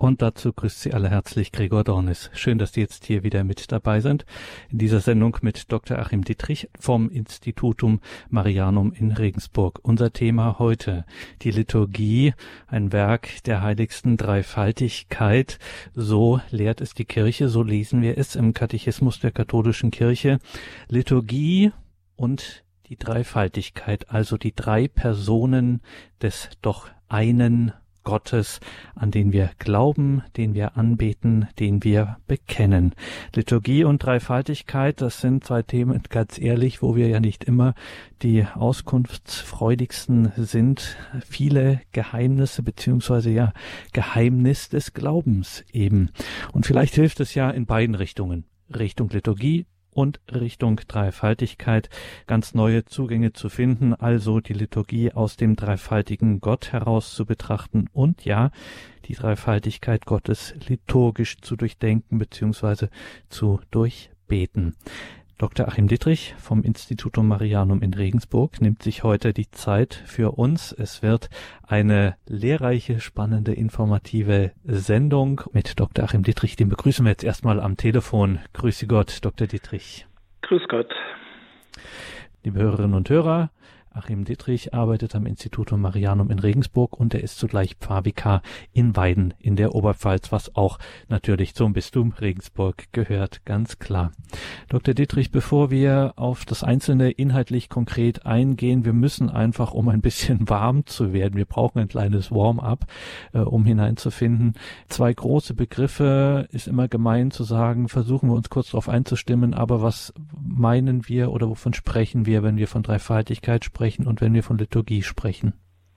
Und dazu grüßt Sie alle herzlich Gregor Dornis. Schön, dass Sie jetzt hier wieder mit dabei sind. In dieser Sendung mit Dr. Achim Dittrich vom Institutum Marianum in Regensburg. Unser Thema heute, die Liturgie, ein Werk der heiligsten Dreifaltigkeit. So lehrt es die Kirche, so lesen wir es im Katechismus der katholischen Kirche. Liturgie und die Dreifaltigkeit, also die drei Personen des doch einen Gottes, an den wir glauben, den wir anbeten, den wir bekennen. Liturgie und Dreifaltigkeit, das sind zwei Themen, ganz ehrlich, wo wir ja nicht immer die auskunftsfreudigsten sind. Viele Geheimnisse beziehungsweise ja Geheimnis des Glaubens eben. Und vielleicht hilft es ja in beiden Richtungen. Richtung Liturgie und Richtung Dreifaltigkeit ganz neue Zugänge zu finden, also die Liturgie aus dem dreifaltigen Gott heraus zu betrachten und ja, die Dreifaltigkeit Gottes liturgisch zu durchdenken bzw. zu durchbeten. Dr. Achim Dittrich vom Institutum Marianum in Regensburg nimmt sich heute die Zeit für uns. Es wird eine lehrreiche, spannende, informative Sendung mit Dr. Achim Dittrich. Den begrüßen wir jetzt erstmal am Telefon. Grüße Gott, Dr. Dittrich. Grüß Gott. Liebe Hörerinnen und Hörer, Achim Dittrich arbeitet am Institutum Marianum in Regensburg und er ist zugleich Pfarrvikar in Weiden in der Oberpfalz, was auch natürlich zum Bistum Regensburg gehört, ganz klar. Dr. Dittrich, bevor wir auf das Einzelne inhaltlich konkret eingehen, wir müssen einfach, um ein bisschen warm zu werden, wir brauchen ein kleines Warm-up, um hineinzufinden. Zwei große Begriffe ist immer gemein zu sagen, versuchen wir uns kurz darauf einzustimmen, aber was meinen wir oder wovon sprechen wir, wenn wir von Dreifaltigkeit sprechen und wenn wir von Liturgie sprechen?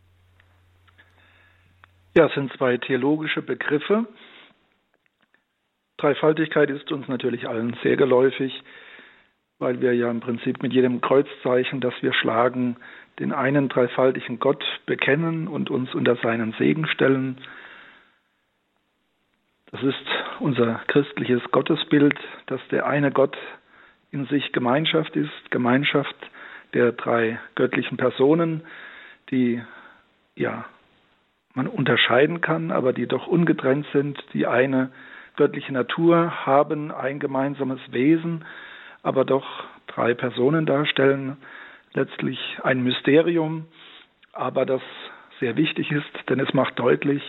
Ja, es sind zwei theologische Begriffe. Dreifaltigkeit ist uns natürlich allen sehr geläufig, weil wir ja im Prinzip mit jedem Kreuzzeichen, das wir schlagen, den einen dreifaltigen Gott bekennen und uns unter seinen Segen stellen. Das ist unser christliches Gottesbild, dass der eine Gott in sich Gemeinschaft ist, Gemeinschaft der drei göttlichen Personen, die ja man unterscheiden kann, aber die doch ungetrennt sind, die eine göttliche Natur haben, ein gemeinsames Wesen, aber doch drei Personen darstellen, letztlich ein Mysterium, aber das sehr wichtig ist, denn es macht deutlich,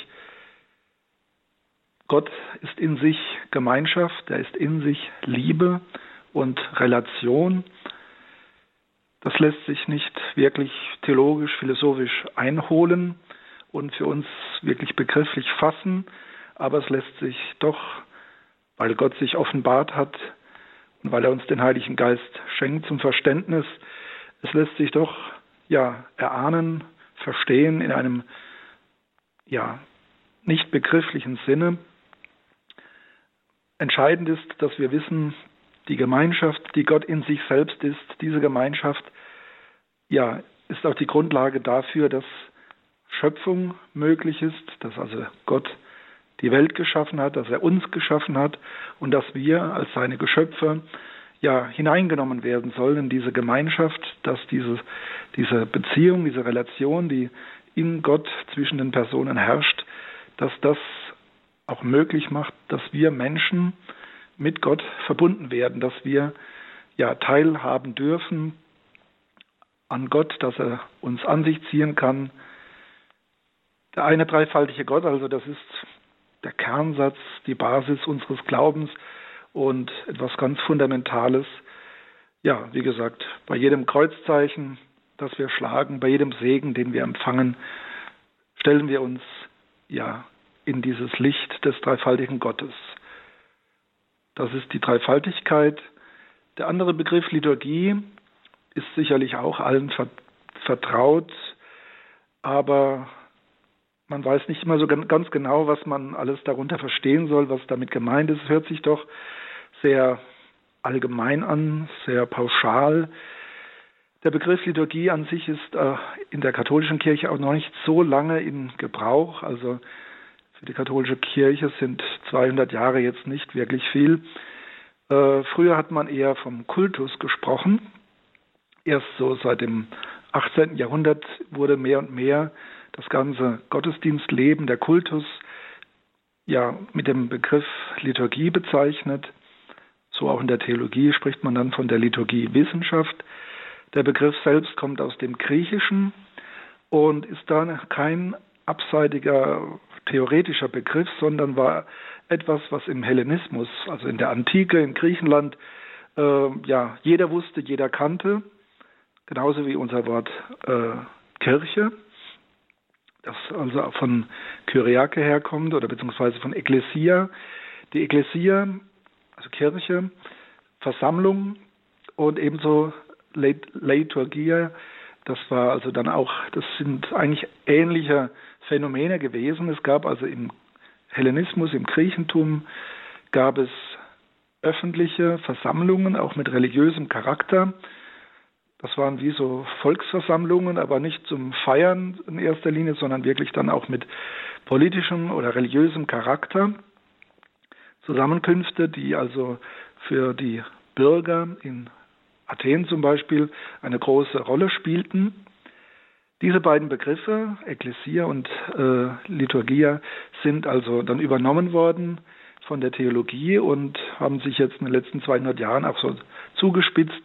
Gott ist in sich Gemeinschaft, er ist in sich Liebe und Relation. Das lässt sich nicht wirklich theologisch, philosophisch einholen und für uns wirklich begrifflich fassen, aber es lässt sich doch, weil Gott sich offenbart hat und weil er uns den Heiligen Geist schenkt zum Verständnis, es lässt sich doch ja erahnen, verstehen in einem ja nicht begrifflichen Sinne. Entscheidend ist, dass wir wissen, die Gemeinschaft, die Gott in sich selbst ist, diese Gemeinschaft, ja, ist auch die Grundlage dafür, dass Schöpfung möglich ist, dass also Gott die Welt geschaffen hat, dass er uns geschaffen hat und dass wir als seine Geschöpfe ja hineingenommen werden sollen in diese Gemeinschaft, dass diese Beziehung, diese Relation, die in Gott zwischen den Personen herrscht, dass das auch möglich macht, dass wir Menschen mit Gott verbunden werden, dass wir ja teilhaben dürfen an Gott, dass er uns an sich ziehen kann. Der eine dreifaltige Gott, also das ist der Kernsatz, die Basis unseres Glaubens und etwas ganz Fundamentales. Ja, wie gesagt, bei jedem Kreuzzeichen, das wir schlagen, bei jedem Segen, den wir empfangen, stellen wir uns ja in dieses Licht des dreifaltigen Gottes. Das ist die Dreifaltigkeit. Der andere Begriff Liturgie ist sicherlich auch allen vertraut, aber man weiß nicht immer so ganz genau, was man alles darunter verstehen soll, was damit gemeint ist. Es hört sich doch sehr allgemein an, sehr pauschal. Der Begriff Liturgie an sich ist in der katholischen Kirche auch noch nicht so lange in Gebrauch. Also für die katholische Kirche sind 200 Jahre jetzt nicht wirklich viel. Früher hat man eher vom Kultus gesprochen. Erst so seit dem 18. Jahrhundert wurde mehr und mehr das ganze Gottesdienstleben, der Kultus, ja mit dem Begriff Liturgie bezeichnet. So auch in der Theologie spricht man dann von der Liturgiewissenschaft. Der Begriff selbst kommt aus dem Griechischen und ist dann kein abseitiger theoretischer Begriff, sondern war etwas, was im Hellenismus, also in der Antike in Griechenland, jeder wusste, jeder kannte, genauso wie unser Wort Kirche, das also von Kyriake herkommt oder beziehungsweise von Ekklesia. Die Ekklesia, also Kirche, Versammlung und ebenso Liturgia, das war also dann auch, das sind eigentlich ähnliche Phänomene gewesen. Es gab also im Hellenismus, im Griechentum, gab es öffentliche Versammlungen, auch mit religiösem Charakter. Das waren wie so Volksversammlungen, aber nicht zum Feiern in erster Linie, sondern wirklich dann auch mit politischem oder religiösem Charakter. Zusammenkünfte, die also für die Bürger in Athen zum Beispiel eine große Rolle spielten. Diese beiden Begriffe, Ekklesia und Liturgia, sind also dann übernommen worden von der Theologie und haben sich jetzt in den letzten 200 Jahren auch so zugespitzt.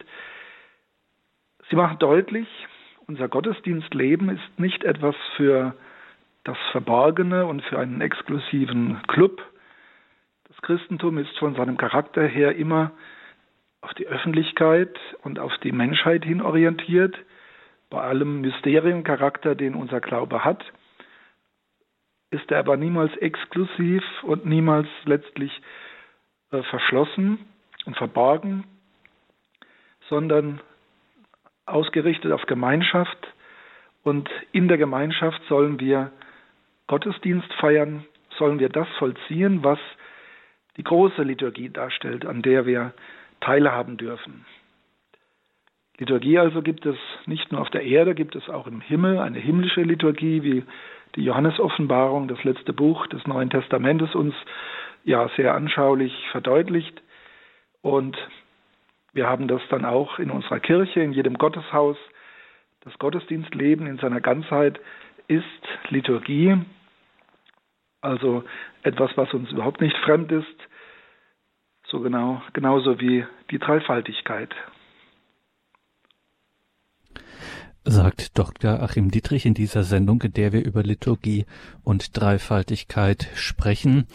Sie machen deutlich, unser Gottesdienstleben ist nicht etwas für das Verborgene und für einen exklusiven Club. Das Christentum ist von seinem Charakter her immer auf die Öffentlichkeit und auf die Menschheit hin orientiert, bei allem Mysteriencharakter, den unser Glaube hat, ist er aber niemals exklusiv und niemals letztlich verschlossen und verborgen, sondern ausgerichtet auf Gemeinschaft. Und in der Gemeinschaft sollen wir Gottesdienst feiern, sollen wir das vollziehen, was die große Liturgie darstellt, an der wir teilhaben dürfen. Liturgie also gibt es nicht nur auf der Erde, gibt es auch im Himmel, eine himmlische Liturgie, wie die Johannes-Offenbarung, das letzte Buch des Neuen Testamentes, uns ja sehr anschaulich verdeutlicht. Und wir haben das dann auch in unserer Kirche, in jedem Gotteshaus. Das Gottesdienstleben in seiner Ganzheit ist Liturgie, also etwas, was uns überhaupt nicht fremd ist, genauso wie die Dreifaltigkeit. Sagt Dr. Achim Dittrich in dieser Sendung, in der wir über Liturgie und Dreifaltigkeit sprechen.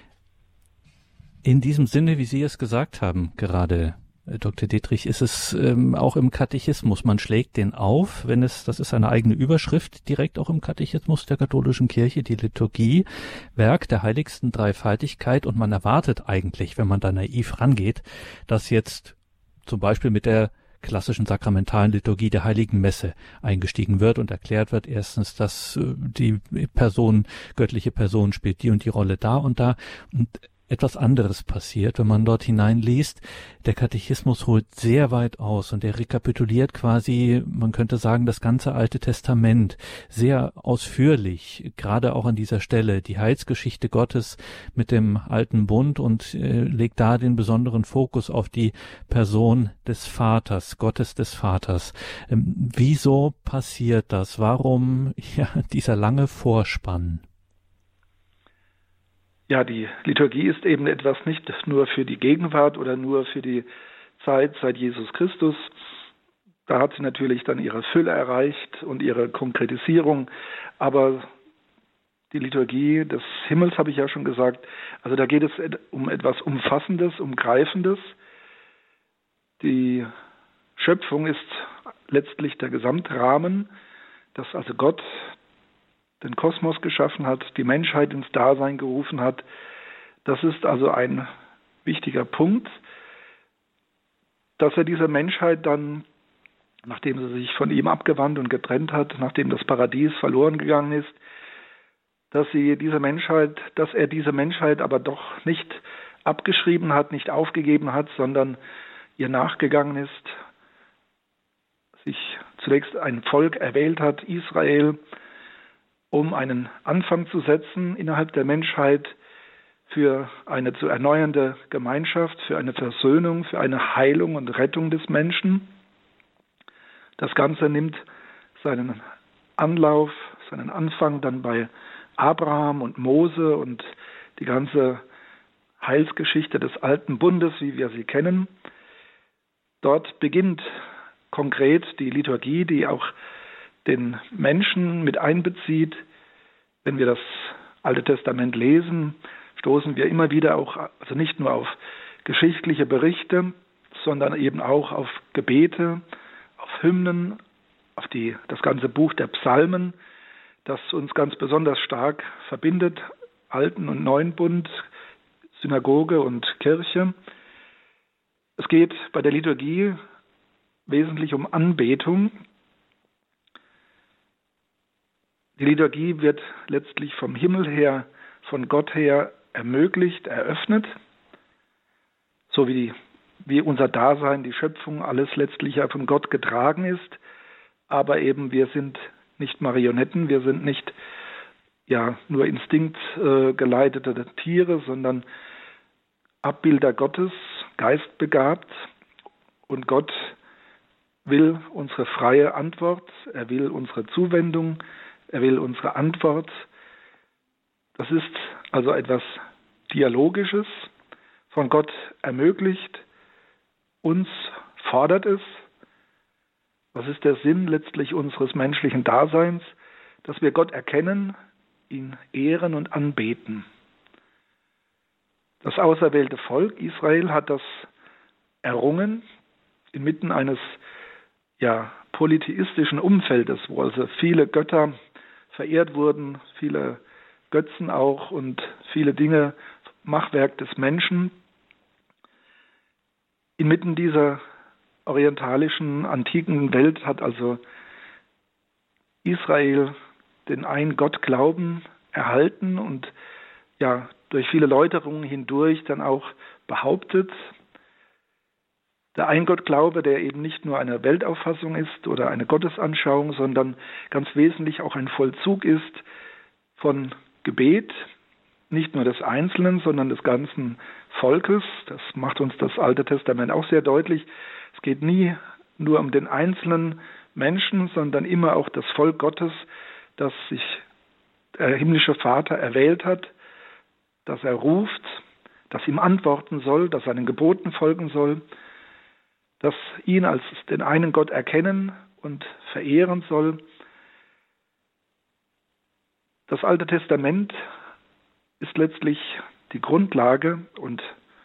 In diesem Sinne, wie Sie es gesagt haben, gerade Dr. Dittrich, ist es auch im Katechismus. Man schlägt den auf, das ist eine eigene Überschrift, direkt auch im Katechismus der katholischen Kirche, die Liturgie, Werk der heiligsten Dreifaltigkeit. Und man erwartet eigentlich, wenn man da naiv rangeht, dass jetzt zum Beispiel mit der klassischen sakramentalen Liturgie der Heiligen Messe eingestiegen wird und erklärt wird, erstens, dass die göttliche Person spielt die und die Rolle da und da. Und etwas anderes passiert, wenn man dort hineinliest. Der Katechismus holt sehr weit aus und er rekapituliert quasi, man könnte sagen, das ganze Alte Testament sehr ausführlich, gerade auch an dieser Stelle, die Heilsgeschichte Gottes mit dem Alten Bund und legt da den besonderen Fokus auf die Person des Vaters, Gottes des Vaters. Wieso passiert das? Warum dieser lange Vorspann? Ja, die Liturgie ist eben etwas nicht nur für die Gegenwart oder nur für die Zeit seit Jesus Christus. Da hat sie natürlich dann ihre Fülle erreicht und ihre Konkretisierung. Aber die Liturgie des Himmels, habe ich ja schon gesagt, also da geht es um etwas Umfassendes, Umgreifendes. Die Schöpfung ist letztlich der Gesamtrahmen, dass also Gott den Kosmos geschaffen hat, die Menschheit ins Dasein gerufen hat. Das ist also ein wichtiger Punkt, dass er dieser Menschheit dann, nachdem sie sich von ihm abgewandt und getrennt hat, nachdem das Paradies verloren gegangen ist, dass er diese Menschheit aber doch nicht abgeschrieben hat, nicht aufgegeben hat, sondern ihr nachgegangen ist, sich zunächst ein Volk erwählt hat, Israel, um einen Anfang zu setzen innerhalb der Menschheit für eine zu erneuernde Gemeinschaft, für eine Versöhnung, für eine Heilung und Rettung des Menschen. Das Ganze nimmt seinen Anlauf, seinen Anfang dann bei Abraham und Mose und die ganze Heilsgeschichte des Alten Bundes, wie wir sie kennen. Dort beginnt konkret die Liturgie, die auch den Menschen mit einbezieht. Wenn wir das Alte Testament lesen, stoßen wir immer wieder auch, also nicht nur auf geschichtliche Berichte, sondern eben auch auf Gebete, auf Hymnen, auf das ganze Buch der Psalmen, das uns ganz besonders stark verbindet, Alten und Neuen Bund, Synagoge und Kirche. Es geht bei der Liturgie wesentlich um Anbetung. Die Liturgie wird letztlich vom Himmel her, von Gott her ermöglicht, eröffnet, so wie unser Dasein, die Schöpfung, alles letztlich ja von Gott getragen ist. Aber eben wir sind nicht Marionetten, wir sind nicht nur instinktgeleitete Tiere, sondern Abbilder Gottes, geistbegabt. Und Gott will unsere freie Antwort, er will unsere Zuwendung, er will unsere Antwort. Das ist also etwas Dialogisches, von Gott ermöglicht, uns fordert es. Was ist der Sinn letztlich unseres menschlichen Daseins? Dass wir Gott erkennen, ihn ehren und anbeten. Das auserwählte Volk Israel hat das errungen, inmitten eines polytheistischen Umfeldes, wo also viele Götter verehrt wurden, viele Götzen auch und viele Dinge, Machwerk des Menschen. Inmitten dieser orientalischen, antiken Welt hat also Israel den einen Gott Glauben erhalten und durch viele Läuterungen hindurch dann auch behauptet. Der Ein-Gott-Glaube, der eben nicht nur eine Weltauffassung ist oder eine Gottesanschauung, sondern ganz wesentlich auch ein Vollzug ist von Gebet, nicht nur des Einzelnen, sondern des ganzen Volkes. Das macht uns das Alte Testament auch sehr deutlich. Es geht nie nur um den einzelnen Menschen, sondern immer auch das Volk Gottes, das sich der himmlische Vater erwählt hat, das er ruft, das ihm antworten soll, das seinen Geboten folgen soll, das ihn als den einen Gott erkennen und verehren soll. Das Alte Testament ist letztlich die Grundlage und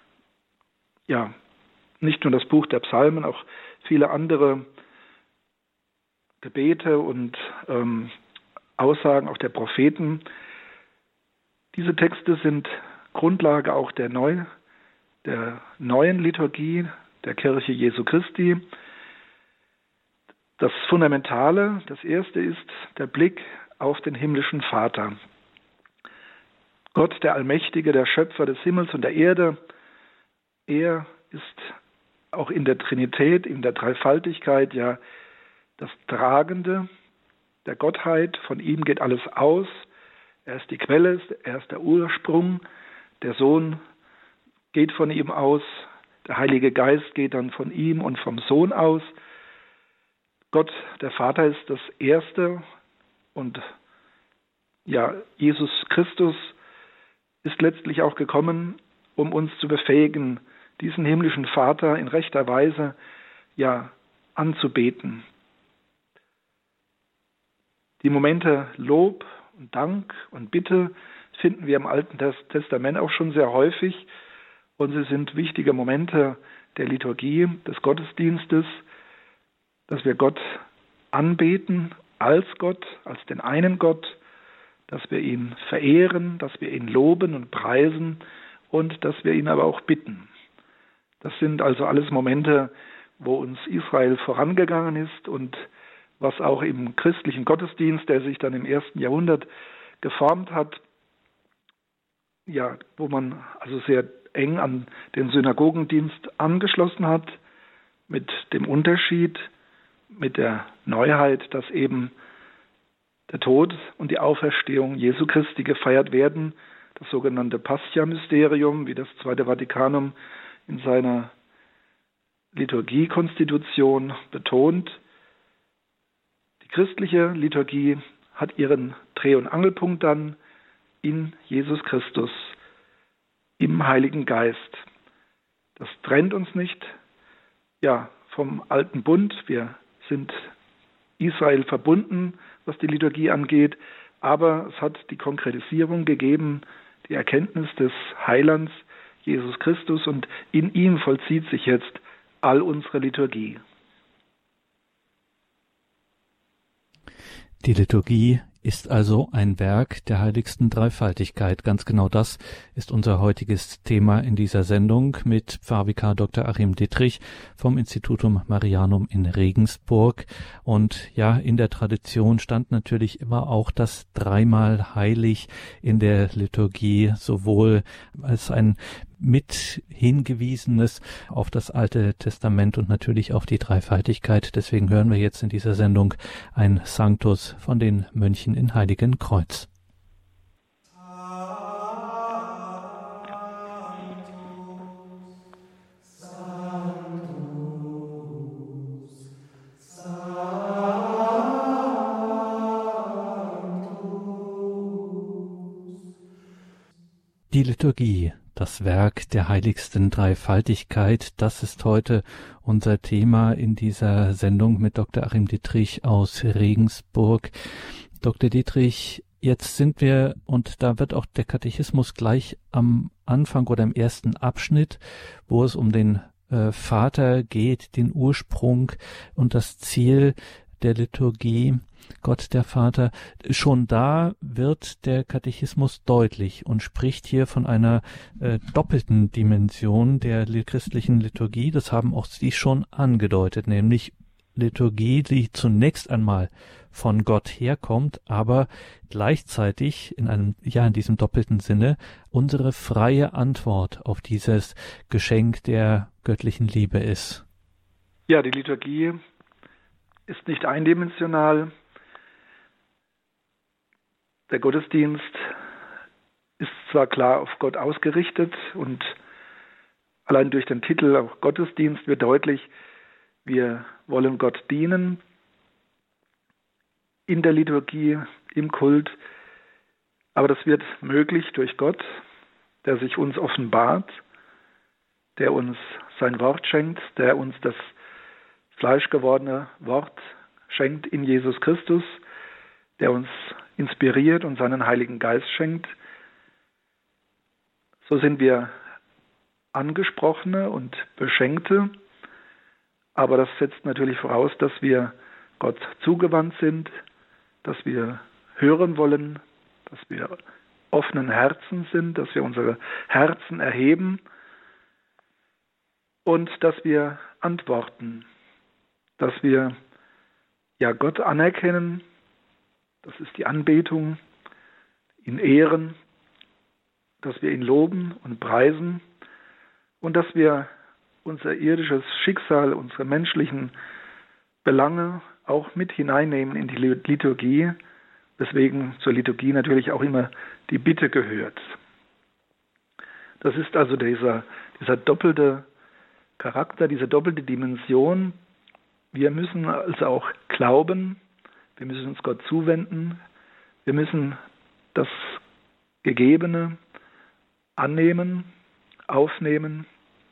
nicht nur das Buch der Psalmen, auch viele andere Gebete und Aussagen auch der Propheten. Diese Texte sind Grundlage auch der neuen Liturgie der Kirche Jesu Christi. Das Fundamentale, das erste ist der Blick auf den himmlischen Vater. Gott, der Allmächtige, der Schöpfer des Himmels und der Erde, er ist auch in der Trinität, in der Dreifaltigkeit das Tragende der Gottheit. Von ihm geht alles aus. Er ist die Quelle, er ist der Ursprung. Der Sohn geht von ihm aus. Der Heilige Geist geht dann von ihm und vom Sohn aus. Gott, der Vater, ist das Erste. Und Jesus Christus ist letztlich auch gekommen, um uns zu befähigen, diesen himmlischen Vater in rechter Weise anzubeten. Die Momente Lob und Dank und Bitte finden wir im Alten Testament auch schon sehr häufig und sie sind wichtige Momente der Liturgie, des Gottesdienstes, dass wir Gott anbeten als Gott, als den einen Gott, dass wir ihn verehren, dass wir ihn loben und preisen und dass wir ihn aber auch bitten. Das sind also alles Momente, wo uns Israel vorangegangen ist und was auch im christlichen Gottesdienst, der sich dann im 1. Jahrhundert geformt hat, wo man also sehr eng an den Synagogendienst angeschlossen hat, mit dem Unterschied, mit der Neuheit, dass eben der Tod und die Auferstehung Jesu Christi gefeiert werden, das sogenannte Pascha-Mysterium, wie das Zweite Vatikanum in seiner Liturgiekonstitution betont. Die christliche Liturgie hat ihren Dreh- und Angelpunkt dann in Jesus Christus, im Heiligen Geist. Das trennt uns nicht, vom alten Bund. Wir sind Israel verbunden, was die Liturgie angeht, aber es hat die Konkretisierung gegeben, die Erkenntnis des Heilands, Jesus Christus, und in ihm vollzieht sich jetzt all unsere Liturgie. Die Liturgie ist also ein Werk der heiligsten Dreifaltigkeit. Ganz genau das ist unser heutiges Thema in dieser Sendung mit Pfarrvikar Dr. Achim Dittrich vom Institutum Marianum in Regensburg. Und ja, in der Tradition stand natürlich immer auch das dreimal heilig in der Liturgie, sowohl als ein mit hingewiesenes auf das Alte Testament und natürlich auf die Dreifaltigkeit. Deswegen hören wir jetzt in dieser Sendung ein Sanctus von den Mönchen in Heiligenkreuz. Die Liturgie, das Werk der heiligsten Dreifaltigkeit, das ist heute unser Thema in dieser Sendung mit Dr. Achim Dittrich aus Regensburg. Dr. Dittrich, jetzt sind wir, und da wird auch der Katechismus gleich am Anfang oder im ersten Abschnitt, wo es um den Vater geht, den Ursprung und das Ziel der Liturgie, Gott der Vater, schon da wird der Katechismus deutlich und spricht hier von einer doppelten Dimension der christlichen Liturgie. Das haben auch Sie schon angedeutet, nämlich Liturgie, die zunächst einmal von Gott herkommt, aber gleichzeitig in diesem doppelten Sinne unsere freie Antwort auf dieses Geschenk der göttlichen Liebe ist. Ja, die Liturgie ist nicht eindimensional. Der Gottesdienst ist zwar klar auf Gott ausgerichtet und allein durch den Titel auch Gottesdienst wird deutlich, wir wollen Gott dienen in der Liturgie, im Kult, aber das wird möglich durch Gott, der sich uns offenbart, der uns sein Wort schenkt, der uns das fleischgewordene Wort schenkt in Jesus Christus, der uns inspiriert und seinen Heiligen Geist schenkt. So sind wir Angesprochene und Beschenkte, aber das setzt natürlich voraus, dass wir Gott zugewandt sind, dass wir hören wollen, dass wir offenen Herzen sind, dass wir unsere Herzen erheben und dass wir antworten, dass wir Gott anerkennen, das ist die Anbetung, ihn ehren, dass wir ihn loben und preisen und dass wir unser irdisches Schicksal, unsere menschlichen Belange auch mit hineinnehmen in die Liturgie, weswegen zur Liturgie natürlich auch immer die Bitte gehört. Das ist also dieser doppelte Charakter, diese doppelte Dimension. Wir müssen also auch glauben, wir müssen uns Gott zuwenden, wir müssen das Gegebene annehmen, aufnehmen.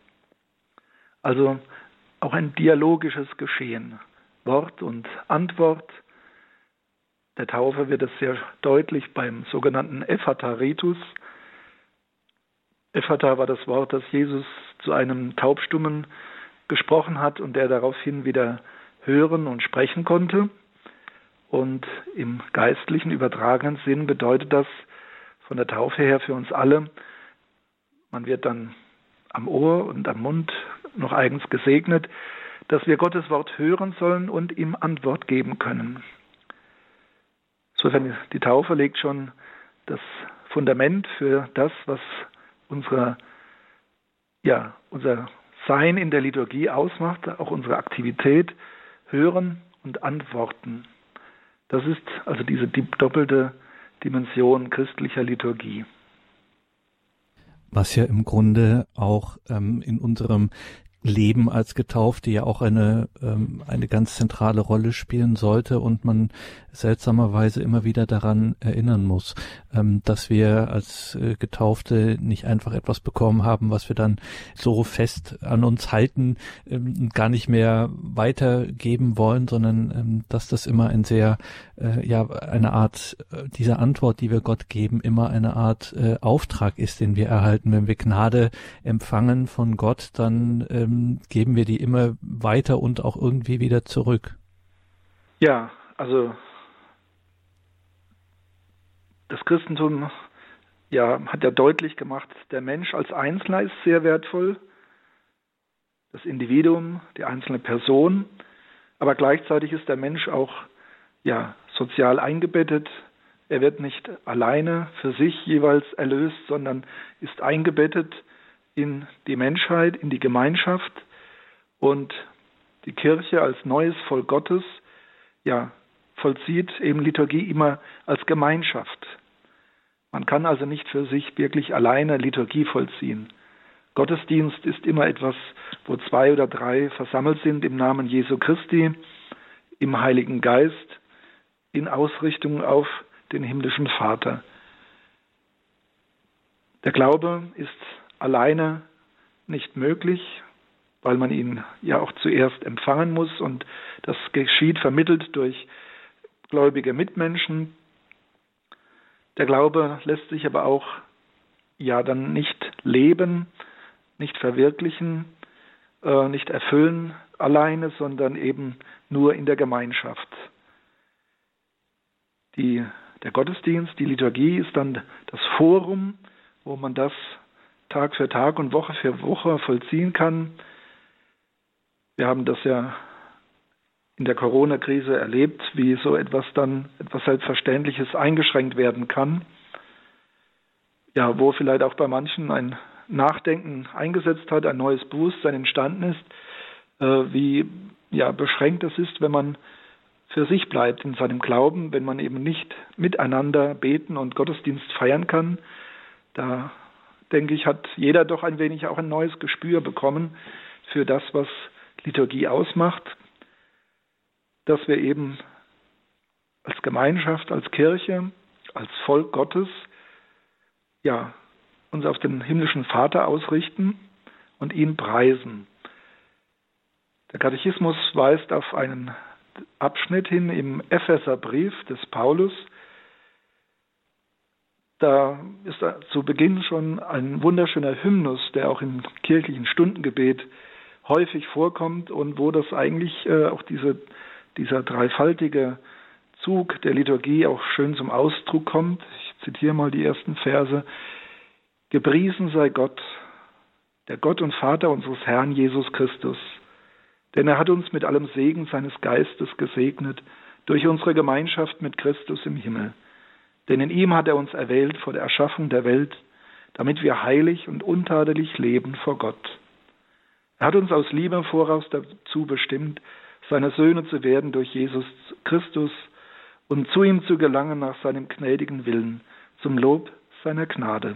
Also auch ein dialogisches Geschehen, Wort und Antwort. Der Taufe wird es sehr deutlich beim sogenannten Ephata-Ritus. Ephata war das Wort, das Jesus zu einem Taubstummen gesprochen hat und der daraufhin wieder hören und sprechen konnte. Und im geistlichen, übertragenen Sinn bedeutet das von der Taufe her für uns alle, man wird dann am Ohr und am Mund noch eigens gesegnet, dass wir Gottes Wort hören sollen und ihm Antwort geben können. Insofern die Taufe legt schon das Fundament für das, was unser Sein in der Liturgie ausmacht, auch unsere Aktivität, hören und antworten. Das ist also diese doppelte Dimension christlicher Liturgie. Was ja im Grunde auch in unserem Leben als Getaufte ja auch eine ganz zentrale Rolle spielen sollte und man seltsamerweise immer wieder daran erinnern muss, dass wir als Getaufte nicht einfach etwas bekommen haben, was wir dann so fest an uns halten, gar nicht mehr weitergeben wollen, sondern dass das immer ein sehr, eine Art, diese Antwort, die wir Gott geben, immer eine Art Auftrag ist, den wir erhalten. Wenn wir Gnade empfangen von Gott, dann geben wir die immer weiter und auch irgendwie wieder zurück. Ja, also das Christentum hat ja deutlich gemacht, der Mensch als Einzelner ist sehr wertvoll, das Individuum, die einzelne Person, aber gleichzeitig ist der Mensch auch sozial eingebettet. Er wird nicht alleine für sich jeweils erlöst, sondern ist eingebettet in die Menschheit, in die Gemeinschaft, und die Kirche als neues Volk Gottes, vollzieht eben Liturgie immer als Gemeinschaft. Man kann also nicht für sich wirklich alleine Liturgie vollziehen. Gottesdienst ist immer etwas, wo 2 oder 3 versammelt sind im Namen Jesu Christi, im Heiligen Geist, in Ausrichtung auf den himmlischen Vater. Der Glaube ist alleine nicht möglich, weil man ihn ja auch zuerst empfangen muss, und das geschieht vermittelt durch gläubige Mitmenschen. Der Glaube lässt sich aber auch dann nicht leben, nicht verwirklichen, nicht erfüllen alleine, sondern eben nur in der Gemeinschaft. Der Gottesdienst, die Liturgie ist dann das Forum, wo man das Tag für Tag und Woche für Woche vollziehen kann. Wir haben das ja in der Corona-Krise erlebt, wie so etwas Selbstverständliches eingeschränkt werden kann. Ja, wo vielleicht auch bei manchen ein Nachdenken eingesetzt hat, ein neues Bewusstsein entstanden ist, wie beschränkt es ist, wenn man für sich bleibt in seinem Glauben, wenn man eben nicht miteinander beten und Gottesdienst feiern kann. Da, denke ich, hat jeder doch ein wenig auch ein neues Gespür bekommen für das, was Liturgie ausmacht, dass wir eben als Gemeinschaft, als Kirche, als Volk Gottes uns auf den himmlischen Vater ausrichten und ihn preisen. Der Katechismus weist auf einen Abschnitt hin im Epheserbrief des Paulus. Da ist zu Beginn schon ein wunderschöner Hymnus, der auch im kirchlichen Stundengebet häufig vorkommt und wo das eigentlich auch dieser dreifaltige Zug der Liturgie auch schön zum Ausdruck kommt. Ich zitiere mal die ersten Verse. Gepriesen sei Gott, der Gott und Vater unseres Herrn Jesus Christus, denn er hat uns mit allem Segen seines Geistes gesegnet durch unsere Gemeinschaft mit Christus im Himmel. Denn in ihm hat er uns erwählt vor der Erschaffung der Welt, damit wir heilig und untadelig leben vor Gott. Er hat uns aus Liebe im Voraus dazu bestimmt, seine Söhne zu werden durch Jesus Christus und zu ihm zu gelangen nach seinem gnädigen Willen, zum Lob seiner Gnade.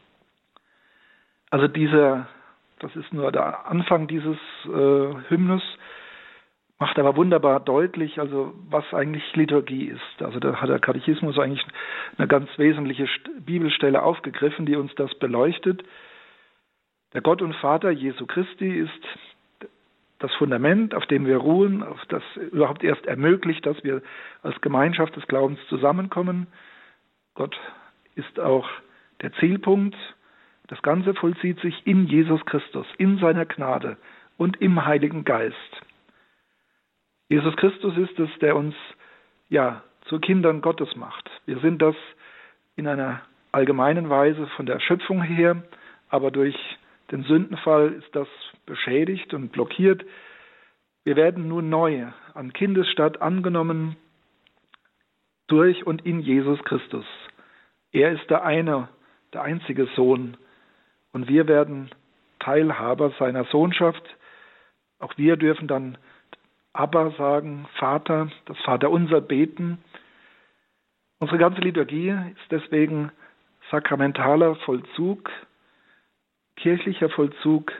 Also das ist nur der Anfang dieses Hymnus, macht aber wunderbar deutlich, also was eigentlich Liturgie ist. Also da hat der Katechismus eigentlich eine ganz wesentliche Bibelstelle aufgegriffen, die uns das beleuchtet. Der Gott und Vater Jesu Christi ist das Fundament, auf dem wir ruhen, auf das überhaupt erst ermöglicht, dass wir als Gemeinschaft des Glaubens zusammenkommen. Gott ist auch der Zielpunkt. Das Ganze vollzieht sich in Jesus Christus, in seiner Gnade und im Heiligen Geist. Jesus Christus ist es, der uns zu Kindern Gottes macht. Wir sind das in einer allgemeinen Weise von der Schöpfung her, aber durch den Sündenfall ist das beschädigt und blockiert. Wir werden nun neu an Kindesstatt angenommen durch und in Jesus Christus. Er ist der einzige Sohn, und wir werden Teilhaber seiner Sohnschaft. Auch wir dürfen dann Abba sagen, Vater, das Vaterunser beten. Unsere ganze Liturgie ist deswegen sakramentaler Vollzug, kirchlicher Vollzug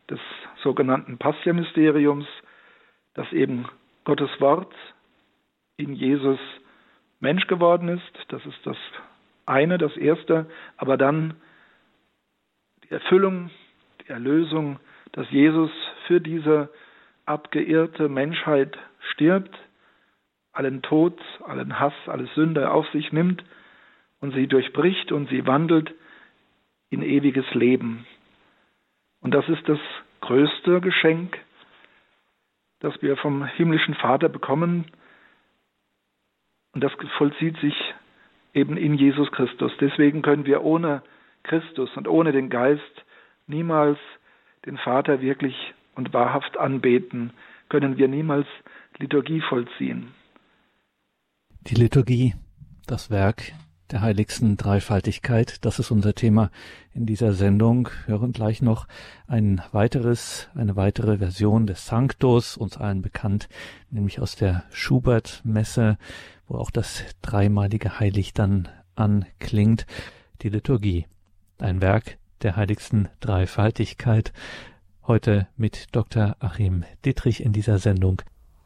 des sogenannten Passia-Mysteriums, dass eben Gottes Wort in Jesus Mensch geworden ist. Das ist das eine, das erste. Aber dann die Erfüllung, die Erlösung, dass Jesus für diese abgeirrte Menschheit stirbt, allen Tod, allen Hass, alle Sünde auf sich nimmt und sie durchbricht und sie wandelt in ewiges Leben. Und das ist das größte Geschenk, das wir vom himmlischen Vater bekommen. Und das vollzieht sich eben in Jesus Christus. Deswegen können wir ohne Christus und ohne den Geist niemals den Vater wirklich und wahrhaft anbeten, können wir niemals Liturgie vollziehen. Die Liturgie, das Werk der heiligsten Dreifaltigkeit, das ist unser Thema in dieser Sendung. Wir hören gleich noch eine weitere Version des Sanctus, uns allen bekannt, nämlich aus der Schubert-Messe, wo auch das dreimalige Heilig dann anklingt. Die Liturgie, ein Werk der heiligsten Dreifaltigkeit. Heute mit Dr. Achim Dittrich in dieser Sendung.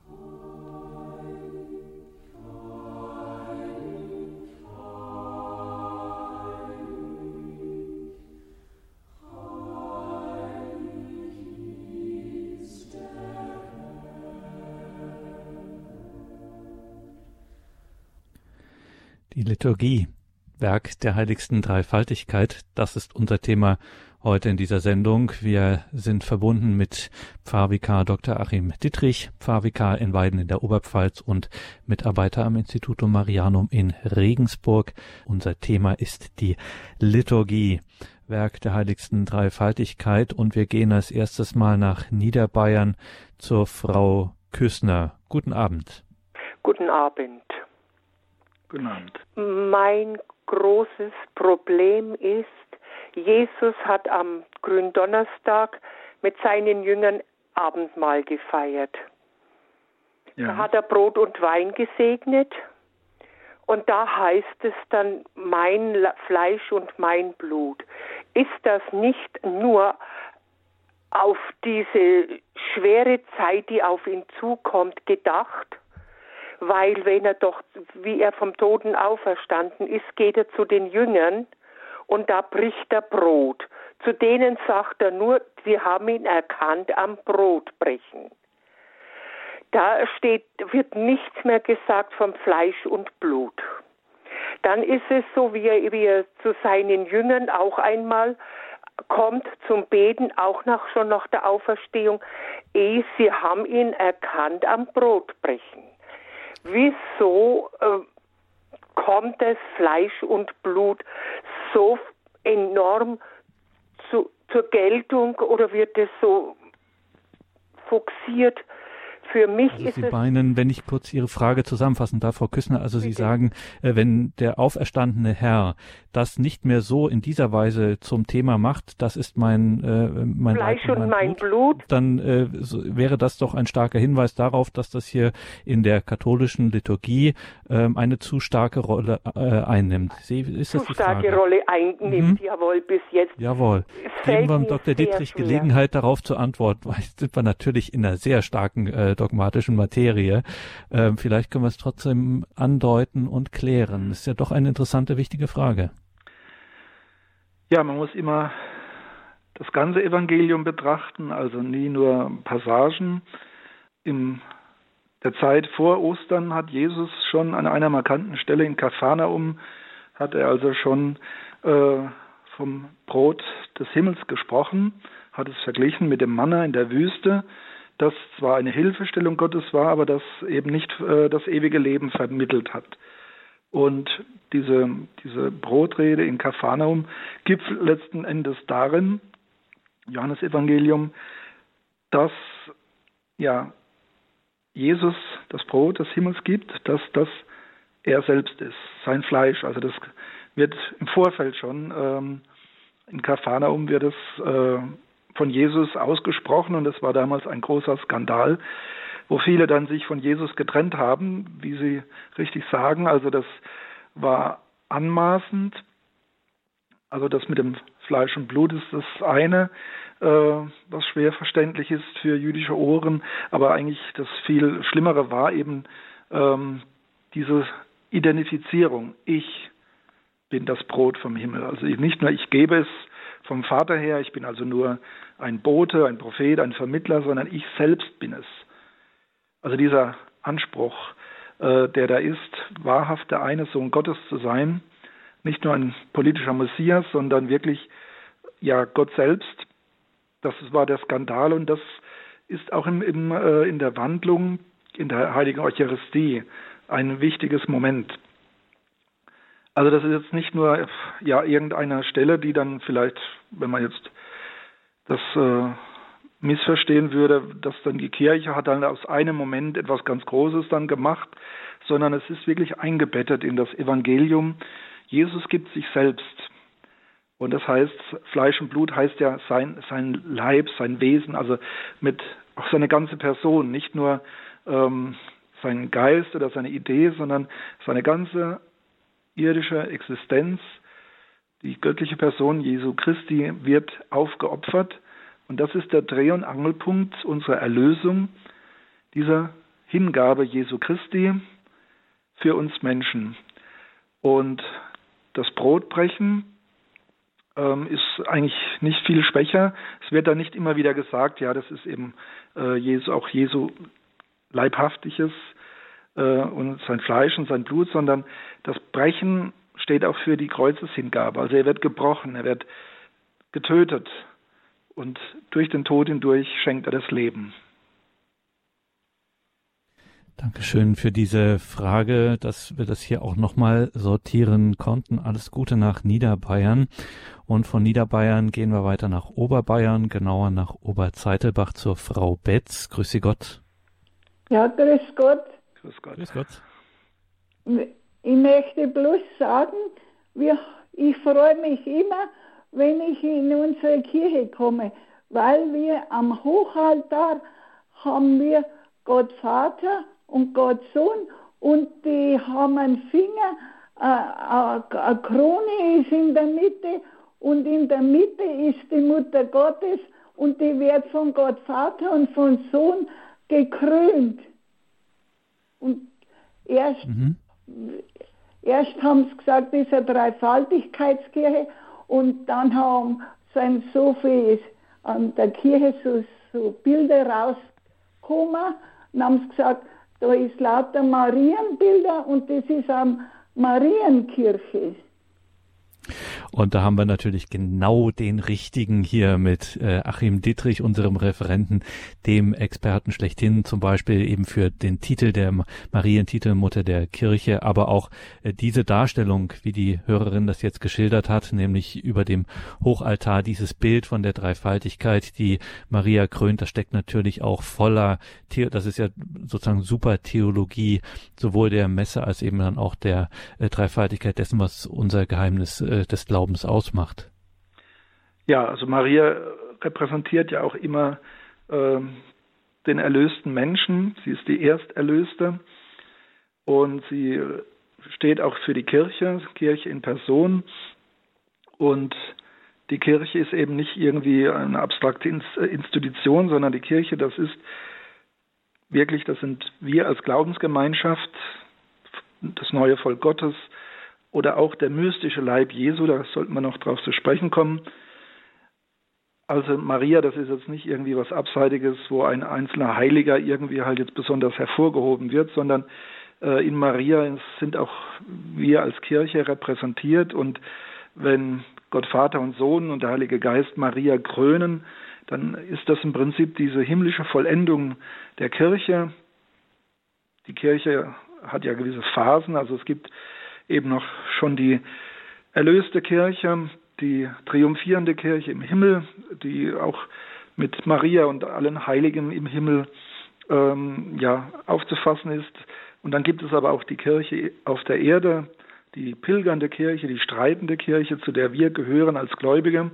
Die Liturgie, Werk der heiligsten Dreifaltigkeit, das ist unser Thema heute in dieser Sendung. Wir sind verbunden mit Pfarrvikar Dr. Achim Dittrich, Pfarrvikar in Weiden in der Oberpfalz und Mitarbeiter am Institutum Marianum in Regensburg. Unser Thema ist die Liturgie, Werk der heiligsten Dreifaltigkeit, und wir gehen als erstes mal nach Niederbayern zur Frau Küssner. Guten Abend. Guten Abend. Guten Abend. Mein großes Problem ist, Jesus hat am Gründonnerstag mit seinen Jüngern Abendmahl gefeiert. Ja. Da hat er Brot und Wein gesegnet und da heißt es dann, mein Fleisch und mein Blut. Ist das nicht nur auf diese schwere Zeit, die auf ihn zukommt, gedacht? Weil wenn er doch, wie er vom Toten auferstanden ist, geht er zu den Jüngern und da bricht er Brot. Zu denen sagt er nur, sie haben ihn erkannt am Brotbrechen. Da wird nichts mehr gesagt vom Fleisch und Blut. Dann ist es so, wie er zu seinen Jüngern auch einmal kommt zum Beten, auch schon nach der Auferstehung. Sie haben ihn erkannt am Brotbrechen. Wieso kommt das Fleisch und Blut so enorm zur Geltung oder wird es so fokussiert? Für mich also ist Sie meinen, wenn ich kurz Ihre Frage zusammenfassen darf, Frau Küssner, also Sie sagen, wenn der auferstandene Herr das nicht mehr so in dieser Weise zum Thema macht, das ist mein Fleisch Leib und mein Blut, dann wäre das doch ein starker Hinweis darauf, dass das hier in der katholischen Liturgie eine zu starke Rolle einnimmt. Ist das die Frage? Zu starke Rolle einnimmt, jawohl, bis jetzt. Jawohl. Geben wir Dr. Dittrich Gelegenheit, darauf zu antworten, weil jetzt sind wir natürlich in einer sehr starken dogmatischen Materie. Vielleicht können wir es trotzdem andeuten und klären. Das ist ja doch eine interessante, wichtige Frage. Ja, man muss immer das ganze Evangelium betrachten, also nie nur Passagen. In der Zeit vor Ostern hat Jesus schon an einer markanten Stelle in Kapharnaum, hat er also schon vom Brot des Himmels gesprochen, hat es verglichen mit dem Manna in der Wüste, das zwar eine Hilfestellung Gottes war, aber das eben nicht das ewige Leben vermittelt hat. Und diese Brotrede in Kapharnaum gipfelt letzten Endes darin, Johannesevangelium, dass ja Jesus das Brot des Himmels gibt, dass das er selbst ist, sein Fleisch. Also das wird im Vorfeld schon, in Kapharnaum wird es von Jesus ausgesprochen und es war damals ein großer Skandal, wo viele dann sich von Jesus getrennt haben, wie Sie richtig sagen. Also das war anmaßend, also das mit dem Fleisch und Blut ist das eine, was schwer verständlich ist für jüdische Ohren, aber eigentlich das viel Schlimmere war eben diese Identifizierung. Ich bin das Brot vom Himmel. Also nicht nur ich gebe es vom Vater her, ich bin also nur ein Bote, ein Prophet, ein Vermittler, sondern ich selbst bin es. Also dieser Anspruch, der da ist, wahrhaft der eine Sohn Gottes zu sein, nicht nur ein politischer Messias, sondern wirklich ja Gott selbst. Das war der Skandal und das ist auch in der Wandlung, in der Heiligen Eucharistie ein wichtiges Moment. Also das ist jetzt nicht nur ja irgendeine Stelle, die dann vielleicht, wenn man jetzt das missverstehen würde, dass dann die Kirche hat dann aus einem Moment etwas ganz Großes dann gemacht, sondern es ist wirklich eingebettet in das Evangelium. Jesus gibt sich selbst. Und das heißt, Fleisch und Blut heißt ja sein Leib, sein Wesen, also mit auch seine ganze Person, nicht nur sein Geist oder seine Idee, sondern seine ganze irdische Existenz. Die göttliche Person Jesu Christi wird aufgeopfert. Und das ist der Dreh- und Angelpunkt unserer Erlösung, dieser Hingabe Jesu Christi für uns Menschen. Und das Brotbrechen ist eigentlich nicht viel schwächer. Es wird da nicht immer wieder gesagt, ja, das ist eben Jesu Leibhaftiges und sein Fleisch und sein Blut, sondern das Brechen steht auch für die Kreuzeshingabe. Also er wird gebrochen, er wird getötet und durch den Tod hindurch schenkt er das Leben. Dankeschön für diese Frage, dass wir das hier auch nochmal sortieren konnten. Alles Gute nach Niederbayern. Und von Niederbayern gehen wir weiter nach Oberbayern, genauer nach Oberzeitelbach zur Frau Betz. Grüße Gott. Ja, grüß Gott. Grüß Gott. Grüß Gott. Ich möchte bloß sagen, ich freue mich immer, wenn ich in unsere Kirche komme, weil wir am Hochaltar haben wir Gott Vater und Gott Sohn und die haben einen Finger, eine Krone ist in der Mitte und in der Mitte ist die Mutter Gottes und die wird von Gott Vater und von Sohn gekrönt. Und erst haben sie gesagt, das ist eine Dreifaltigkeitskirche und dann sind so viel an der Kirche so Bilder rausgekommen und haben sie gesagt, da ist lauter Marienbilder und das ist eine Marienkirche. Und da haben wir natürlich genau den richtigen hier mit Achim Dittrich, unserem Referenten, dem Experten schlechthin, zum Beispiel eben für den Titel der Marientitel Mutter der Kirche, aber auch diese Darstellung, wie die Hörerin das jetzt geschildert hat, nämlich über dem Hochaltar dieses Bild von der Dreifaltigkeit, die Maria krönt, das steckt natürlich auch voller, das ist ja sozusagen super Theologie, sowohl der Messe als eben dann auch der Dreifaltigkeit dessen, was unser Geheimnis des Glaubens ausmacht. Ja, also Maria repräsentiert ja auch immer den erlösten Menschen. Sie ist die Ersterlöste und sie steht auch für die Kirche in Person. Und die Kirche ist eben nicht irgendwie eine abstrakte Institution, sondern die Kirche, das sind wir als Glaubensgemeinschaft, das neue Volk Gottes, oder auch der mystische Leib Jesu, da sollten wir noch drauf zu sprechen kommen. Also Maria, das ist jetzt nicht irgendwie was Abseitiges, wo ein einzelner Heiliger irgendwie halt jetzt besonders hervorgehoben wird, sondern in Maria sind auch wir als Kirche repräsentiert. Und wenn Gott Vater und Sohn und der Heilige Geist Maria krönen, dann ist das im Prinzip diese himmlische Vollendung der Kirche. Die Kirche hat ja gewisse Phasen, also es gibt eben noch schon die erlöste Kirche, die triumphierende Kirche im Himmel, die auch mit Maria und allen Heiligen im Himmel aufzufassen ist. Und dann gibt es aber auch die Kirche auf der Erde, die pilgernde Kirche, die streitende Kirche, zu der wir gehören als Gläubige.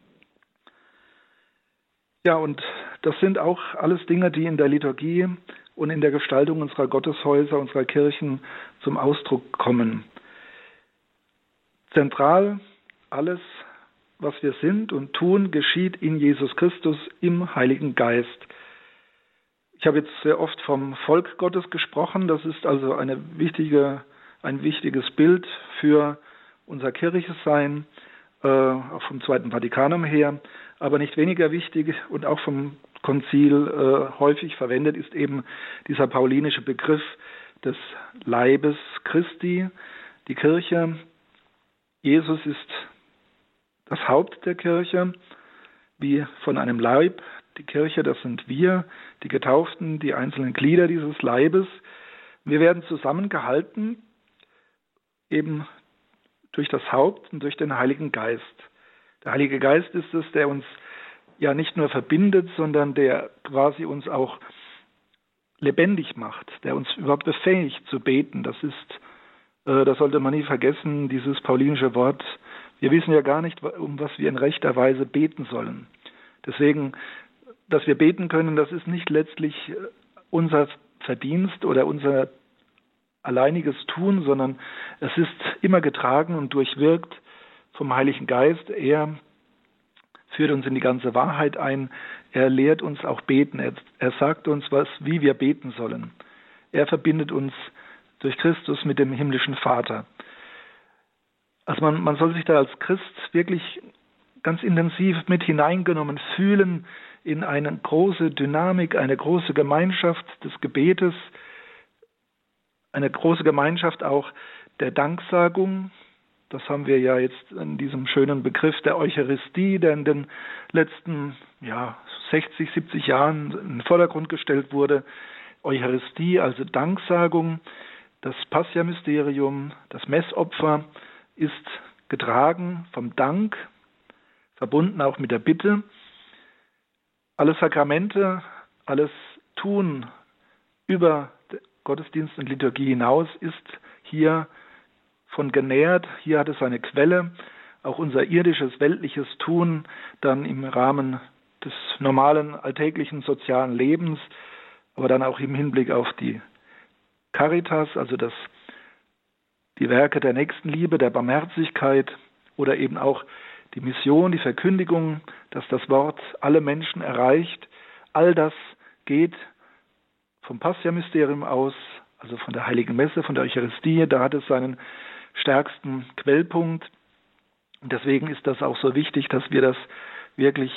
Ja, und das sind auch alles Dinge, die in der Liturgie und in der Gestaltung unserer Gotteshäuser, unserer Kirchen zum Ausdruck kommen. Zentral alles was wir sind und tun, geschieht in Jesus Christus im Heiligen Geist. Ich habe jetzt sehr oft vom Volk Gottes gesprochen. Das ist also ein wichtiges Bild für unser Kirchesein, auch vom Zweiten Vatikanum her. Aber nicht weniger wichtig und auch vom Konzil häufig verwendet ist eben dieser paulinische Begriff des Leibes Christi, die Kirche. Jesus ist das Haupt der Kirche, wie von einem Leib. Die Kirche, das sind wir, die Getauften, die einzelnen Glieder dieses Leibes. Wir werden zusammengehalten eben durch das Haupt und durch den Heiligen Geist. Der Heilige Geist ist es, der uns ja nicht nur verbindet, sondern der quasi uns auch lebendig macht, der uns überhaupt befähigt zu beten. Das sollte man nie vergessen, dieses paulinische Wort. Wir wissen ja gar nicht, um was wir in rechter Weise beten sollen. Deswegen, dass wir beten können, das ist nicht letztlich unser Verdienst oder unser alleiniges Tun, sondern es ist immer getragen und durchwirkt vom Heiligen Geist. Er führt uns in die ganze Wahrheit ein. Er lehrt uns auch beten. Er sagt uns, wie wir beten sollen. Er verbindet uns durch Christus mit dem himmlischen Vater. Also man soll sich da als Christ wirklich ganz intensiv mit hineingenommen fühlen in eine große Dynamik, eine große Gemeinschaft des Gebetes, eine große Gemeinschaft auch der Danksagung. Das haben wir ja jetzt in diesem schönen Begriff der Eucharistie, der in den letzten 60, 70 Jahren in den Vordergrund gestellt wurde. Eucharistie, also Danksagung, das Passia-Mysterium, das Messopfer ist getragen vom Dank, verbunden auch mit der Bitte. Alle Sakramente, alles Tun über Gottesdienst und Liturgie hinaus ist hier von genährt. Hier hat es seine Quelle. Auch unser irdisches, weltliches Tun dann im Rahmen des normalen, alltäglichen sozialen Lebens, aber dann auch im Hinblick auf die Caritas, also die Werke der Nächstenliebe, der Barmherzigkeit oder eben auch die Mission, die Verkündigung, dass das Wort alle Menschen erreicht. All das geht vom Passia-Mysterium aus, also von der Heiligen Messe, von der Eucharistie. Da hat es seinen stärksten Quellpunkt. Und deswegen ist das auch so wichtig, dass wir das wirklich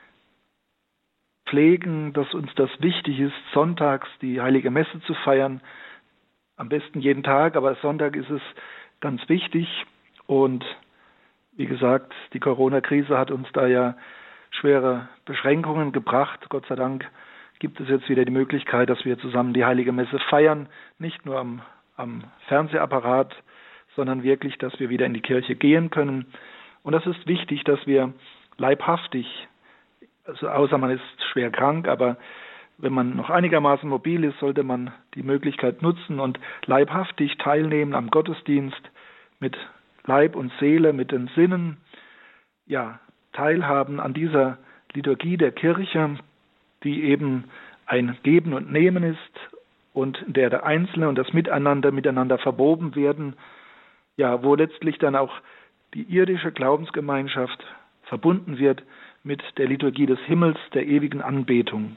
pflegen, dass uns das wichtig ist, sonntags die Heilige Messe zu feiern. Am besten jeden Tag, aber Sonntag ist es ganz wichtig. Und wie gesagt, die Corona-Krise hat uns da ja schwere Beschränkungen gebracht. Gott sei Dank gibt es jetzt wieder die Möglichkeit, dass wir zusammen die Heilige Messe feiern. Nicht nur am Fernsehapparat, sondern wirklich, dass wir wieder in die Kirche gehen können. Und das ist wichtig, dass wir leibhaftig, also außer man ist schwer krank, aber wenn man noch einigermaßen mobil ist, sollte man die Möglichkeit nutzen und leibhaftig teilnehmen am Gottesdienst mit Leib und Seele, mit den Sinnen, teilhaben an dieser Liturgie der Kirche, die eben ein Geben und Nehmen ist und in der Einzelne und das miteinander verwoben werden, wo letztlich dann auch die irdische Glaubensgemeinschaft verbunden wird mit der Liturgie des Himmels, der ewigen Anbetung.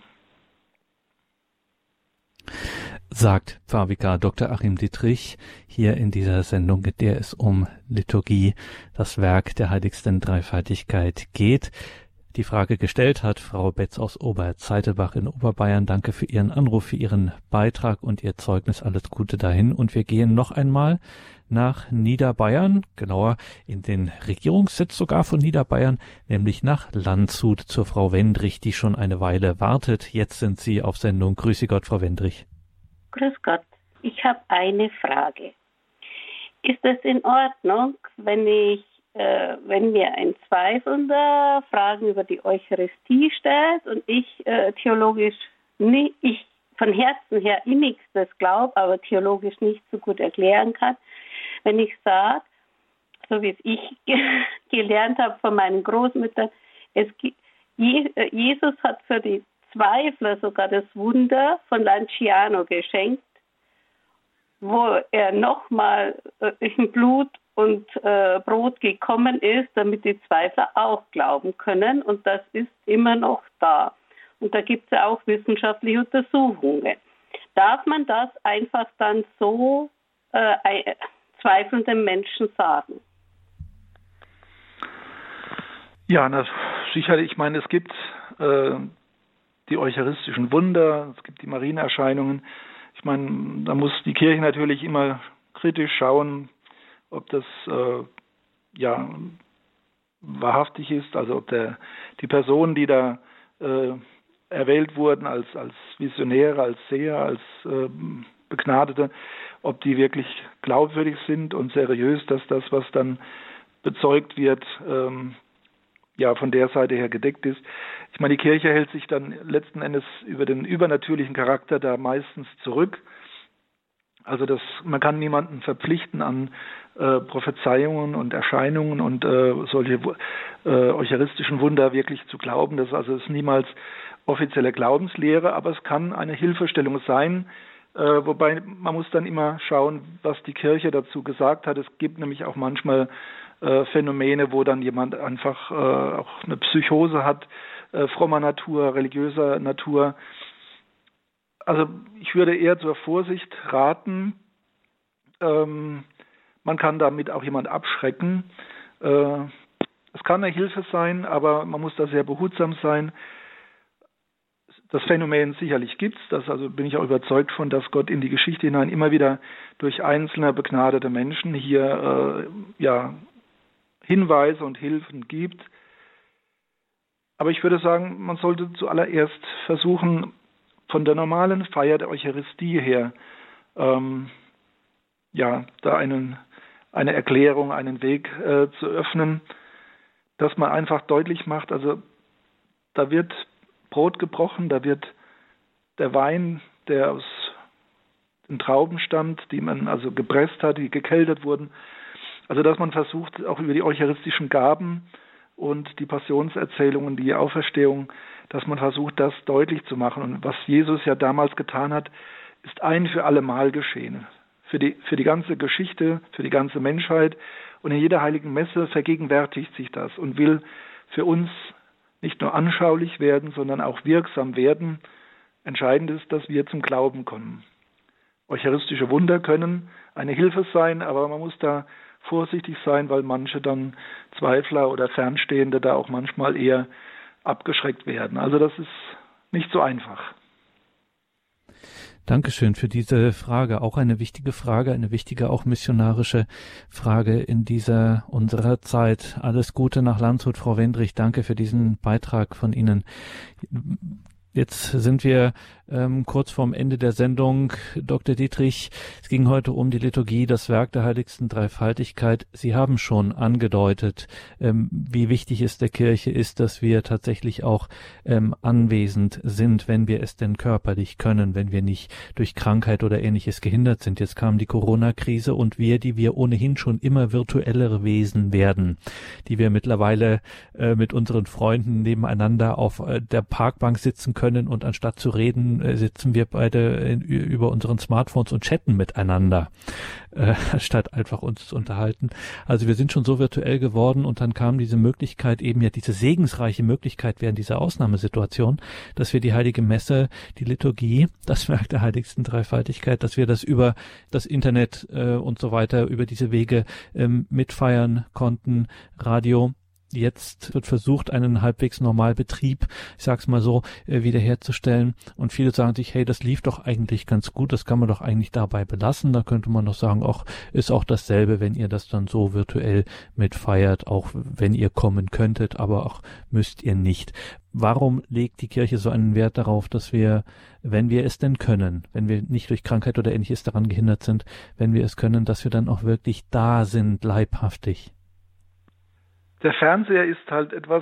Sagt Pfarrvikar Dr. Achim Dittrich hier in dieser Sendung, in der es um Liturgie, das Werk der heiligsten Dreifaltigkeit geht. Die Frage gestellt hat Frau Betz aus Oberzeitelbach in Oberbayern. Danke für Ihren Anruf, für Ihren Beitrag und Ihr Zeugnis. Alles Gute dahin. Und wir gehen noch einmal nach Niederbayern, genauer in den Regierungssitz sogar von Niederbayern, nämlich nach Landshut zur Frau Wendrich, die schon eine Weile wartet. Jetzt sind Sie auf Sendung. Grüße Gott, Frau Wendrich. Grüß Gott. Ich habe eine Frage. Ist es in Ordnung, wenn mir ein Zweifelnder Fragen über die Eucharistie stellt und ich theologisch nicht, ich von Herzen her innigstes glaube, aber theologisch nicht so gut erklären kann, wenn ich sage, so wie es ich gelernt habe von meinen Großmüttern, Jesus hat für die Zweifler sogar das Wunder von Lanciano geschenkt, wo er nochmal im Blut und Brot gekommen ist, damit die Zweifler auch glauben können. Und das ist immer noch da. Und da gibt es ja auch wissenschaftliche Untersuchungen. Darf man das einfach dann so zweifelnden Menschen sagen? Ja, sicherlich. Ich meine, es gibt die eucharistischen Wunder, es gibt die Marienerscheinungen. Ich meine, da muss die Kirche natürlich immer kritisch schauen, ob das wahrhaftig ist, also ob die Personen, die da erwählt wurden als Visionäre, als Seher, als Begnadete, ob die wirklich glaubwürdig sind und seriös, dass das, was dann bezeugt wird, von der Seite her gedeckt ist. Ich meine, die Kirche hält sich dann letzten Endes über den übernatürlichen Charakter da meistens zurück. Also man kann niemanden verpflichten, an Prophezeiungen und Erscheinungen und solche eucharistischen Wunder wirklich zu glauben. Das ist niemals offizielle Glaubenslehre, aber es kann eine Hilfestellung sein, wobei man muss dann immer schauen, was die Kirche dazu gesagt hat. Es gibt nämlich auch manchmal Phänomene, wo dann jemand einfach auch eine Psychose hat, frommer Natur, religiöser Natur. Also ich würde eher zur Vorsicht raten. Man kann damit auch jemand abschrecken. Es kann eine Hilfe sein, aber man muss da sehr behutsam sein. Das Phänomen sicherlich gibt es, also bin ich auch überzeugt von, dass Gott in die Geschichte hinein immer wieder durch einzelne begnadete Menschen hier Hinweise und Hilfen gibt. Aber ich würde sagen, man sollte zuallererst versuchen, von der normalen Feier der Eucharistie her, da eine Erklärung, einen Weg zu öffnen, dass man einfach deutlich macht, also da wird Brot gebrochen, da wird der Wein, der aus den Trauben stammt, die man also gepresst hat, die gekeltert wurden, also dass man versucht, auch über die eucharistischen Gaben und die Passionserzählungen, die Auferstehung, dass man versucht, das deutlich zu machen. Und was Jesus ja damals getan hat, ist ein für alle Mal geschehen. Für die ganze Geschichte, für die ganze Menschheit. Und in jeder heiligen Messe vergegenwärtigt sich das und will für uns nicht nur anschaulich werden, sondern auch wirksam werden. Entscheidend ist, dass wir zum Glauben kommen. Eucharistische Wunder können eine Hilfe sein, aber man muss da vorsichtig sein, weil manche dann Zweifler oder Fernstehende da auch manchmal eher abgeschreckt werden. Also das ist nicht so einfach. Dankeschön für diese Frage. Auch eine wichtige Frage, eine wichtige, auch missionarische Frage in unserer Zeit. Alles Gute nach Landshut, Frau Wendrich. Danke für diesen Beitrag von Ihnen. Jetzt sind wir kurz vorm Ende der Sendung. Dr. Dietrich, es ging heute um die Liturgie, das Werk der heiligsten Dreifaltigkeit. Sie haben schon angedeutet, wie wichtig es der Kirche ist, dass wir tatsächlich auch anwesend sind, wenn wir es denn körperlich können, wenn wir nicht durch Krankheit oder Ähnliches gehindert sind. Jetzt kam die Corona-Krise und die wir ohnehin schon immer virtuellere Wesen werden, die wir mittlerweile mit unseren Freunden nebeneinander auf der Parkbank sitzen können und anstatt zu reden, sitzen wir beide über unseren Smartphones und chatten miteinander, statt einfach uns zu unterhalten. Also wir sind schon so virtuell geworden und dann kam diese Möglichkeit, eben ja diese segensreiche Möglichkeit während dieser Ausnahmesituation, dass wir die Heilige Messe, die Liturgie, das Werk der heiligsten Dreifaltigkeit, dass wir das über das Internet und so weiter, über diese Wege mitfeiern konnten, Radio. Jetzt wird versucht, einen halbwegs Normalbetrieb, ich sag's mal so, wiederherzustellen. Und viele sagen sich, hey, das lief doch eigentlich ganz gut, das kann man doch eigentlich dabei belassen. Da könnte man doch sagen, ist auch dasselbe, wenn ihr das dann so virtuell mitfeiert, auch wenn ihr kommen könntet, aber auch müsst ihr nicht. Warum legt die Kirche so einen Wert darauf, dass wir, wenn wir es denn können, wenn wir nicht durch Krankheit oder Ähnliches daran gehindert sind, wenn wir es können, dass wir dann auch wirklich da sind, leibhaftig? Der Fernseher ist halt etwas,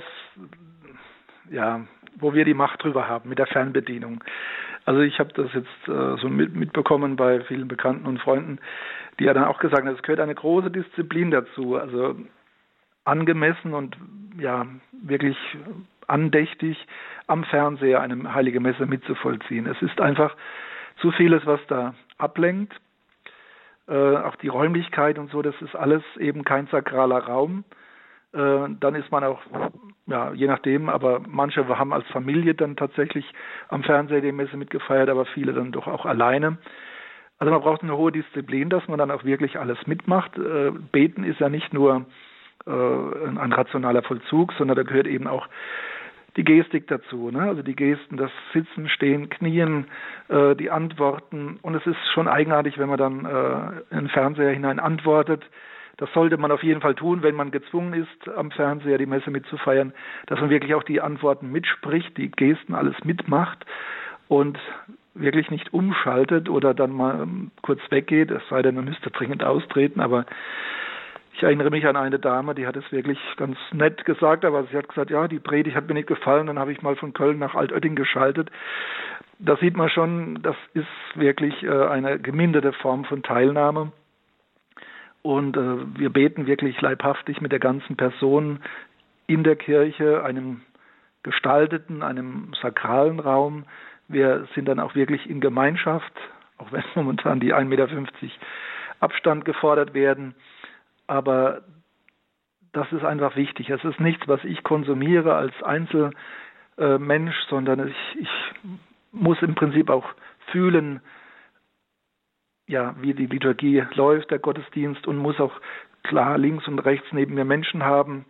wo wir die Macht drüber haben mit der Fernbedienung. Also ich habe das jetzt so mitbekommen bei vielen Bekannten und Freunden, die ja dann auch gesagt haben, es gehört eine große Disziplin dazu, also angemessen und wirklich andächtig am Fernseher eine heilige Messe mitzuvollziehen. Es ist einfach zu vieles, was da ablenkt. auch die Räumlichkeit und so, das ist alles eben kein sakraler Raum. Dann ist man auch, ja, je nachdem, aber manche haben als Familie dann tatsächlich am Fernseher die Messe mitgefeiert, aber viele dann doch auch alleine. Also man braucht eine hohe Disziplin, dass man dann auch wirklich alles mitmacht. Beten ist ja nicht nur ein rationaler Vollzug, sondern da gehört eben auch die Gestik dazu, ne? Also die Gesten, das Sitzen, Stehen, Knien, die Antworten. Und es ist schon eigenartig, wenn man dann in den Fernseher hinein antwortet. Das sollte man auf jeden Fall tun, wenn man gezwungen ist, am Fernseher die Messe mitzufeiern, dass man wirklich auch die Antworten mitspricht, die Gesten alles mitmacht und wirklich nicht umschaltet oder dann mal kurz weggeht, es sei denn, man müsste dringend austreten. Aber ich erinnere mich an eine Dame, die hat es wirklich ganz nett gesagt, aber sie hat gesagt, ja, die Predigt hat mir nicht gefallen, dann habe ich mal von Köln nach Altötting geschaltet. Da sieht man schon, das ist wirklich eine geminderte Form von Teilnahme. Und wir beten wirklich leibhaftig mit der ganzen Person in der Kirche, einem gestalteten, einem sakralen Raum. Wir sind dann auch wirklich in Gemeinschaft, auch wenn momentan die 1,50 Meter Abstand gefordert werden. Aber das ist einfach wichtig. Es ist nichts, was ich konsumiere als Einzelmensch, sondern ich muss im Prinzip auch fühlen, ja, wie die Liturgie läuft, der Gottesdienst, und muss auch klar links und rechts neben mir Menschen haben.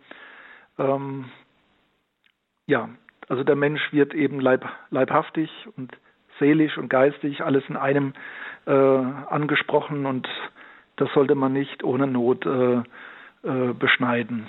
Ja, also der Mensch wird eben leibhaftig und seelisch und geistig alles in einem angesprochen, und das sollte man nicht ohne Not beschneiden.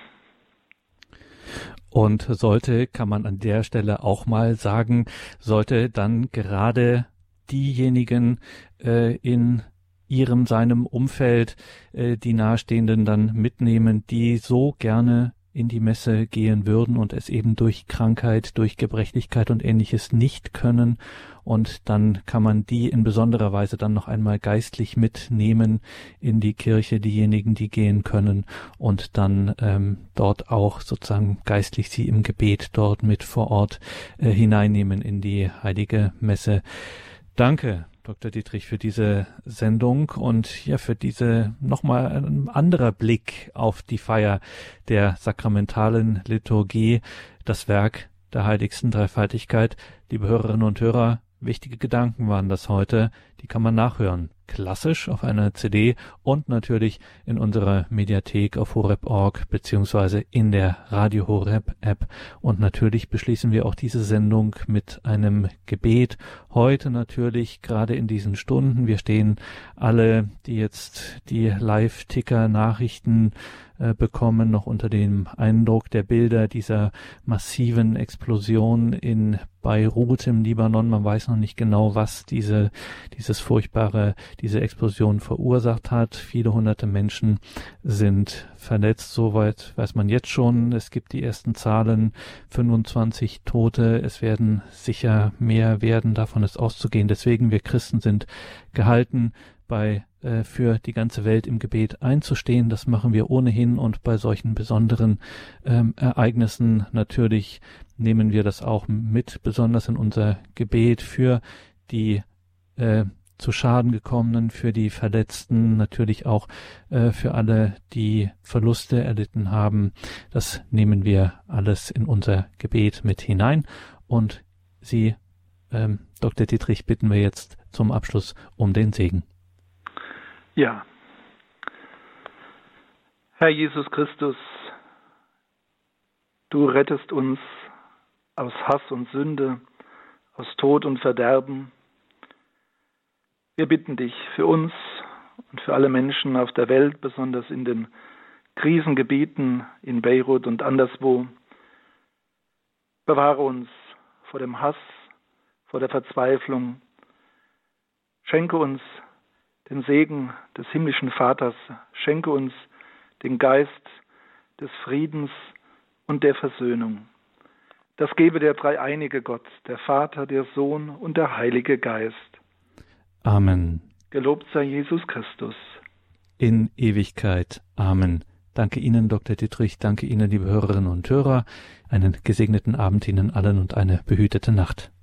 Und kann man an der Stelle auch mal sagen, sollte dann gerade diejenigen in seinem Umfeld, die Nahestehenden dann mitnehmen, die so gerne in die Messe gehen würden und es eben durch Krankheit, durch Gebrechlichkeit und Ähnliches nicht können. Und dann kann man die in besonderer Weise dann noch einmal geistlich mitnehmen in die Kirche, diejenigen, die gehen können, und dann dort auch sozusagen geistlich sie im Gebet dort mit vor Ort hineinnehmen in die heilige Messe. Danke, Dr. Dietrich, für diese Sendung und ja, für diese nochmal ein anderer Blick auf die Feier der sakramentalen Liturgie, das Werk der heiligsten Dreifaltigkeit. Liebe Hörerinnen und Hörer, wichtige Gedanken waren das heute, die kann man nachhören. Klassisch auf einer CD und natürlich in unserer Mediathek auf horeb.org beziehungsweise in der Radio Horeb App. Und natürlich beschließen wir auch diese Sendung mit einem Gebet. Heute natürlich gerade in diesen Stunden. Wir stehen alle, die jetzt die Live-Ticker-Nachrichten bekommen, noch unter dem Eindruck der Bilder dieser massiven Explosion in Beirut im Libanon. Man weiß noch nicht genau, was diese Explosion verursacht hat. Viele hunderte Menschen sind verletzt. Soweit weiß man jetzt schon. Es gibt die ersten Zahlen, 25 Tote. Es werden sicher mehr werden. Davon ist auszugehen. Deswegen, wir Christen sind gehalten, für die ganze Welt im Gebet einzustehen. Das machen wir ohnehin, und bei solchen besonderen Ereignissen natürlich nehmen wir das auch mit, besonders in unser Gebet für die zu Schaden gekommenen, für die Verletzten, natürlich auch für alle, die Verluste erlitten haben. Das nehmen wir alles in unser Gebet mit hinein. Und Sie, Dr. Dietrich, bitten wir jetzt zum Abschluss um den Segen. Ja. Herr Jesus Christus, du rettest uns aus Hass und Sünde, aus Tod und Verderben. Wir bitten dich für uns und für alle Menschen auf der Welt, besonders in den Krisengebieten in Beirut und anderswo. Bewahre uns vor dem Hass, vor der Verzweiflung. Schenke uns den Segen des himmlischen Vaters. Schenke uns den Geist des Friedens und der Versöhnung. Das gebe der dreieinige Gott, der Vater, der Sohn und der Heilige Geist. Amen. Gelobt sei Jesus Christus. In Ewigkeit. Amen. Danke Ihnen, Dr. Dietrich. Danke Ihnen, liebe Hörerinnen und Hörer. Einen gesegneten Abend Ihnen allen und eine behütete Nacht.